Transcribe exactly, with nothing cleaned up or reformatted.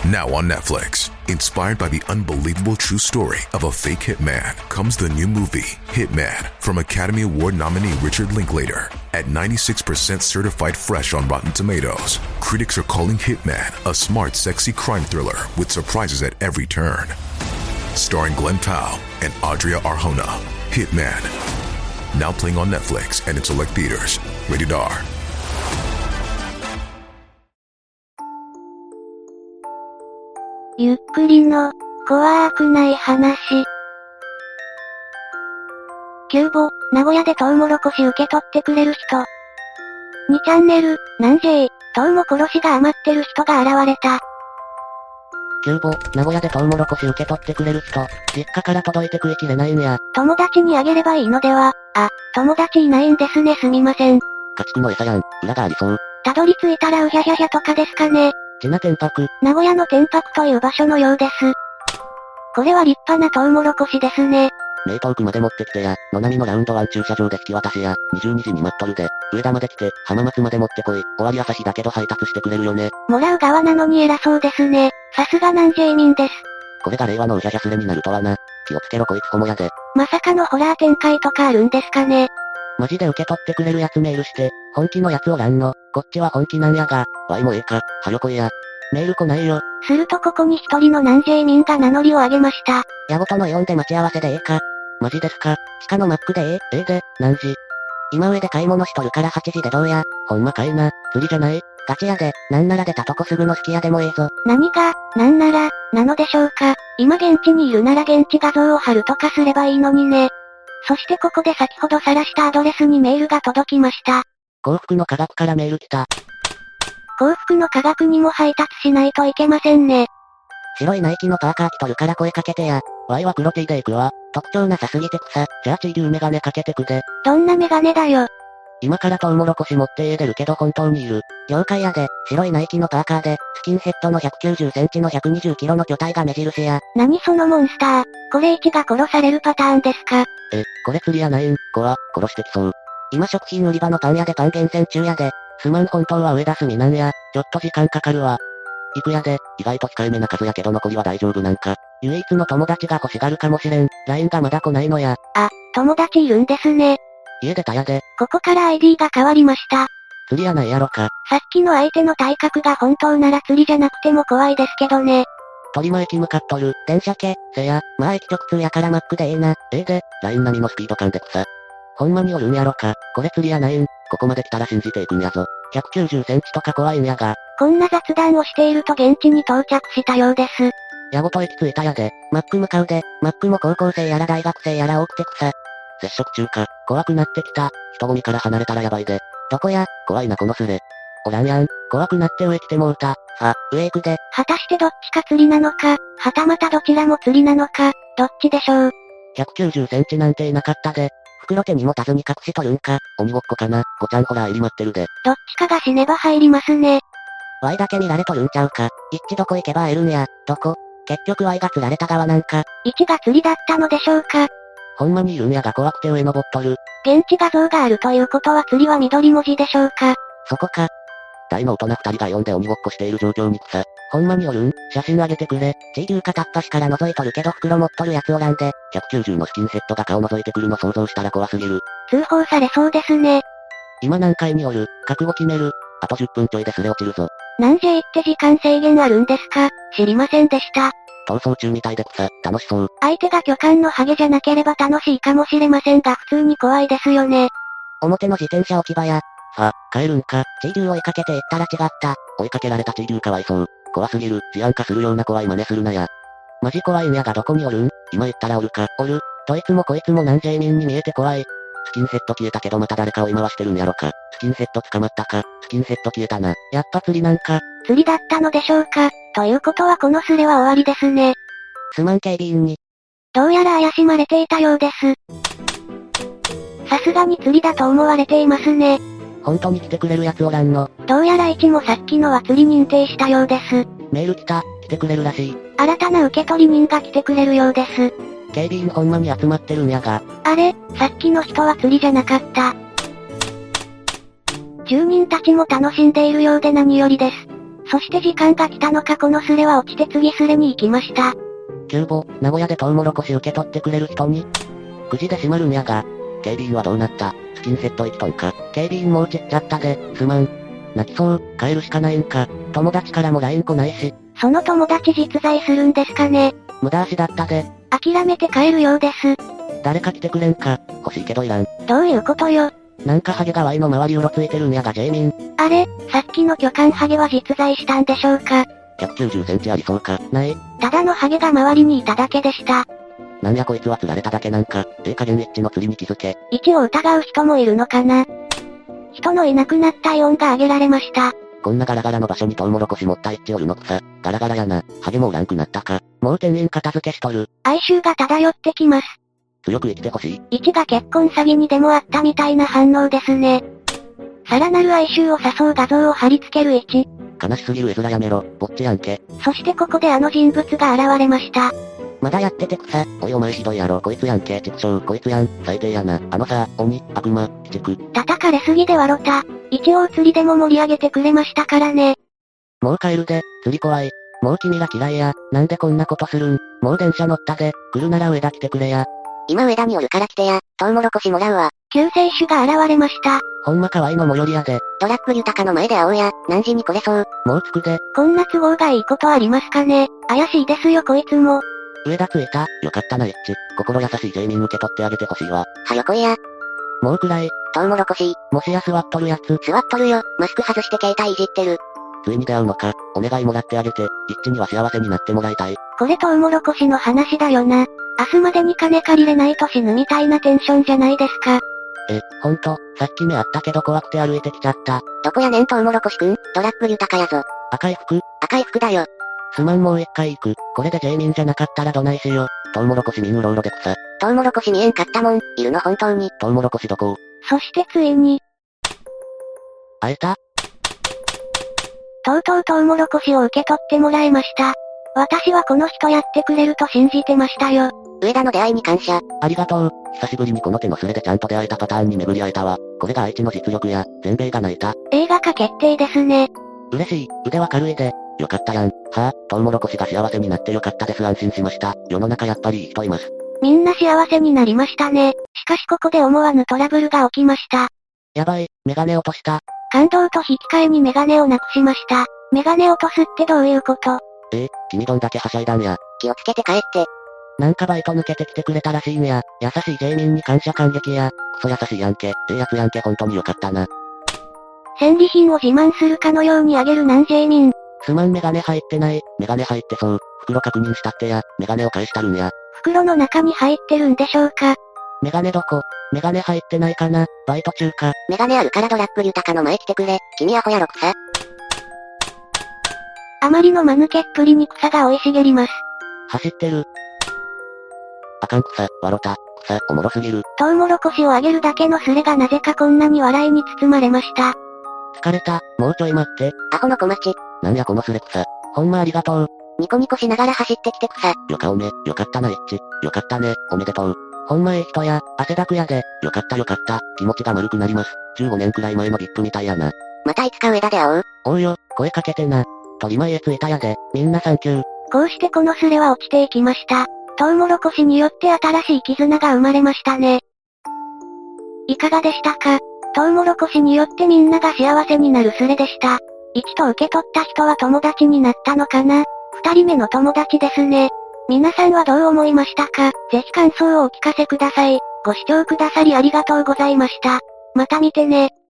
Now on Netflix, inspired by the unbelievable true story of a fake hitman, comes the new movie, Hitman, from Academy Award nominee Richard Linklater. At ninety-six percent certified fresh on Rotten Tomatoes, critics are calling Hitman a smart, sexy crime thriller with surprises at every turn. Starring Glenn Powell and Adria Arjona, Hitman. Now playing on Netflix and in select theaters. Rated R. ゆっくりの、怖くない話。急募、名古屋でトウモロコシ受け取ってくれる人。にチャンネル、なんじぇい、トウモ殺しが余ってる人が現れた。 急募、名古屋でトウモロコシ受け取ってくれる人、実家から届いて食いきれないんや。 友達にあげればいいのでは。あ、友達いないんですね、すみません。 家畜の餌やん、裏がありそう。 たどり着いたらうひゃひゃひゃとかですかね。 ちな天白。 名古屋の天白という場所のようです。これは立派なトウモロコシですね。 名東区まで持ってきてや、野波のラウンドワン駐車場で引き渡しや、にじゅうにじに待っとるで、上田まで来て、浜松まで持ってこい、終わり朝日だけど配達してくれるよね。 もらう側なのに偉そうですね。さすが南西民です。 これが令和のうひゃひゃスレになるとはな。気をつけろこいつホモやで。 まさかのホラー展開とかあるんですかね。 マジで受け取ってくれるやつメールして、本気のやつおらんの、こっちは本気なんやが、わいもええか、はよこいや。メール来ないよ。 するとここに一人の南西民が名乗りを上げました。 ヤゴとのイオンで待ち合わせでええか。マジですか。地下のマックでええ、ええで、何時。今上で買い物しとるからはちじでどうや。ほんまかいな、釣りじゃない。ガチやで、なんなら出たとこすぐのすき家でもええぞ。 何が、なんなら、なのでしょうか。今現地にいるなら現地画像を貼るとかすればいいのにね。そしてここで先ほど晒したアドレスにメールが届きました。 幸福の科学からメール来た。 幸福の科学にも配達しないといけませんね。 白いナイキのパーカー着とるから声かけてや。ワイは黒 T で行くわ。特徴なさすぎて草。じゃあチーリューメガネかけてくで。 どんなメガネだよ。 今からトウモロコシ持って家出るけど本当にいる。了解やで、白いナイキのパーカーで、スキンヘッドのひゃくきゅうじゅっセンチのひゃくにじゅっキロの巨体が目印や。 何そのモンスター。これいちが殺されるパターンですか。 え、これ釣りやないん、怖、殺してきそう。今食品売り場のパン屋でパン厳選中やで。すまん本当は上田住なんや、ちょっと時間かかるわ。行くやで、意外と控えめな数やけど残りは大丈夫なんか。唯一の友達が欲しがるかもしれん。ライン がまだ来ないのや。 あ、友達いるんですね。 家出たやで。 ここから アイディー が変わりました。 釣りやないやろか。 さっきの相手の体格が本当なら釣りじゃなくても怖いですけどね。 鳥間駅向かっとる。電車系、せや、まあ駅直通やからマックでええな。ええで、ライン 並みのスピード感で草。ほんまにおるんやろか。これ釣りやないん。ここまで来たら信じていくんやぞ。ひゃくきゅうじゅっセンチとか怖いんやが。 こんな雑談をしていると現地に到着したようです。 ヤゴと駅着いたやで。マック向かうで。マックも高校生やら大学生やら多くて草。接触中か。怖くなってきた。人混みから離れたらやばいで。どこや。怖いなこのスレ。おらんやん。怖くなって上来てもうた。さ、上行くで。 果たしてどっちか釣りなのか、はたまたどちらも釣りなのか、どっちでしょう。 ひゃくきゅうじゅっセンチなんていなかったで。袋手に持たずに隠しとるんか。鬼ごっこかな。ごちゃんほら入り待ってるで。 どっちかが死ねば入りますね。 ワイだけ見られとるんちゃうか。一致どこ行けば会えるんや。どこ。結局ワイが釣られた側なんか。 一が釣りだったのでしょうか。 ほんまにいるんやが怖くて上登っとる。 現地画像があるということは釣りは緑文字でしょうか。 そこか。大の大人二人が呼んで鬼ごっこしている状況に草。ほんまにおるん写真あげてくれ。チーリュー片っ端から覗いとるけど袋持っとるやつおらんで。ひゃくきゅうじゅうのスキンヘッドが顔覗いてくるの想像したら怖すぎる。 通報されそうですね。 今何階におる。覚悟決める。あとじゅっぷんちょいでスレ落ちるぞ。 なんじぇいって時間制限あるんですか。知りませんでした。 逃走中みたいで草。楽しそう。 相手が巨漢のハゲじゃなければ楽しいかもしれませんが普通に怖いですよね。 表の自転車置き場や。さあ、帰るんか。チーリュー追いかけていったら違った。追いかけられたチーリューかわいそう。怖すぎる。治安化するような怖い真似するなや。マジ怖いんやがどこにおるん今言ったらおるか。おる。どいつもこいつも南西民に見えて怖い。スキンヘッド消えたけどまた誰か追い回してるんやろか。スキンヘッド捕まったか。スキンヘッド消えたな。やっぱ釣りなんか。 釣りだったのでしょうか。ということはこのスレは終わりですね。 すまん警備員に。 どうやら怪しまれていたようです。さすがに釣りだと思われていますね。 本当に来てくれるやつおらんの。 どうやらいちもさっきのは釣り認定したようです。 メール来た。来てくれるらしい。 新たな受取人が来てくれるようです。 警備員ほんまに集まってるんやが。 あれ、さっきの人は釣りじゃなかった。住人たちも楽しんでいるようで何よりです。 そして時間が来たのかこのスレは落ちて次スレに行きました。 急募、名古屋でトウモロコシ受け取ってくれる人に。くじで閉まるんやが。警備員はどうなった？スキンヘッド行きとんか。警備員もうちっちゃったで、すまん。泣きそう、帰るしかないんか。友達からも ライン 来ないし。 その友達実在するんですかね。 無駄足だったで。 諦めて帰るようです。 誰か来てくれんか。欲しいけどいらん。 どういうことよ。 なんかハゲがワイの周りうろついてるんやがジェイミン。 あれ、さっきの巨漢ハゲは実在したんでしょうか。 ひゃくきゅうじゅっセンチありそうか。ない。 ただのハゲが周りにいただけでした。 なんやこいつは釣られただけなんか。ええ加減エッチの釣りに気づけ。 位置を疑う人もいるのかな。人のいなくなったイオンが挙げられました。 こんなガラガラの場所にトウモロコシ持ったエッチおるのくさ。ガラガラやな。ハゲもおらんくなったか。もう店員片付けしとる。 哀愁が漂ってきます。 強く生きてほしい。 位置が結婚詐欺にでもあったみたいな反応ですね。さらなる哀愁を誘う画像を貼り付ける位置。 悲しすぎる絵面やめろ、ぼっちやんけ。 そしてここであの人物が現れました。 まだやってて草。おいお前ひどいやろ、こいつやんけ、畜生、こいつやん、最低やな。あのさ、鬼、悪魔、鬼畜。 叩かれすぎでわろた。一応釣りでも盛り上げてくれましたからね。 もう帰るで、釣り怖い。もう君ら嫌いや、なんでこんなことするん。もう電車乗ったで、来るなら上田来てくれや。 今上田におるから来てや、トウモロコシもらうわ。 救世主が現れました。 ほんま可愛いの最寄りやで。 トラック豊かの前で会おうや、何時に来れそう。 もう着くで。 こんな都合がいいことありますかね。怪しいですよこいつも。 上田着いた、よかったなエッチ。心優しいジェイミン受け取ってあげてほしいわ。 はよ来いや。 もうくらい。 トウモロコシ。 もしや座っとるやつ。 座っとるよ、マスク外して携帯いじってる。 ついに出会うのか、お願いもらってあげて、一致には幸せになってもらいたい。 これトウモロコシの話だよな。明日までに金借りれないと死ぬみたいなテンションじゃないですか。 え、ほんと、さっき目あったけど怖くて歩いてきちゃった。 どこやねんトウモロコシくん、トラック豊かやぞ。 赤い服赤い服だよ。 すまんもう一回行く。これでジェイミンじゃなかったらどないしよう。トウモロコシ見んうろうろで草。 トウモロコシ見えんかったもん、いるの本当に。 トウモロコシどこ？ そしてついに。 会えた？ とうとうトウモロコシを受け取ってもらいました。私はこの人やってくれると信じてましたよ。 上田の出会いに感謝。 ありがとう。久しぶりにこの手のスレでちゃんと出会えたパターンに巡り会えたわ。これが愛知の実力や、全米が泣いた。 映画化決定ですね。 嬉しい、腕は軽いで。よかったやん。はぁ、あ、トウモロコシが幸せになってよかったです。安心しました。世の中やっぱりいい人います。 みんな幸せになりましたね。しかしここで思わぬトラブルが起きました。 やばい、メガネ落とした。 感動と引き換えにメガネをなくしました。メガネ落とすってどういうこと？ えー、君どんだけはしゃいだんや。 気をつけて帰って。 なんかバイト抜けてきてくれたらしいんや。優しいジェイミンに感謝感激や。クソ優しいやんけ。ええやつやんけほんとによかったな。 戦利品を自慢するかのようにあげるなんジェイミン。 すまんメガネ入ってない。メガネ入ってそう。袋確認したってや。メガネを返したるんや。 袋の中に入ってるんでしょうか？ メガネどこ？メガネ入ってないかな？バイト中か。 メガネあるからドラッグ豊かの前来てくれ。君アホやろ草。 あまりの間抜けっぷりに草が生い茂ります。 走ってる。あかん草、わろた、草、おもろすぎる。 トウモロコシをあげるだけのスレがなぜかこんなに笑いに包まれました。 疲れた、もうちょい待って。 アホの小町。 なんやこのスレ草。ほんまありがとう。 ニコニコしながら走ってきて草。 よかおめ、よかったなエッチ。よかったね、おめでとう。ほんまええ人や、汗だくやで。よかったよかった、気持ちが丸くなります。じゅうごねんくらい前のビップみたいやな。 またいつか上田で会おう。 おうよ、声かけてな。鳥前へ着いたやで、みんなサンキュー。 こうしてこのスレは落ちていきました。トウモロコシによって新しい絆が生まれましたね。いかがでしたか？トウモロコシによってみんなが幸せになるスレでした。いちと受け取った人は友達になったのかな？二人目の友達ですね。皆さんはどう思いましたか？ぜひ感想をお聞かせください。ご視聴くださりありがとうございました。また見てね。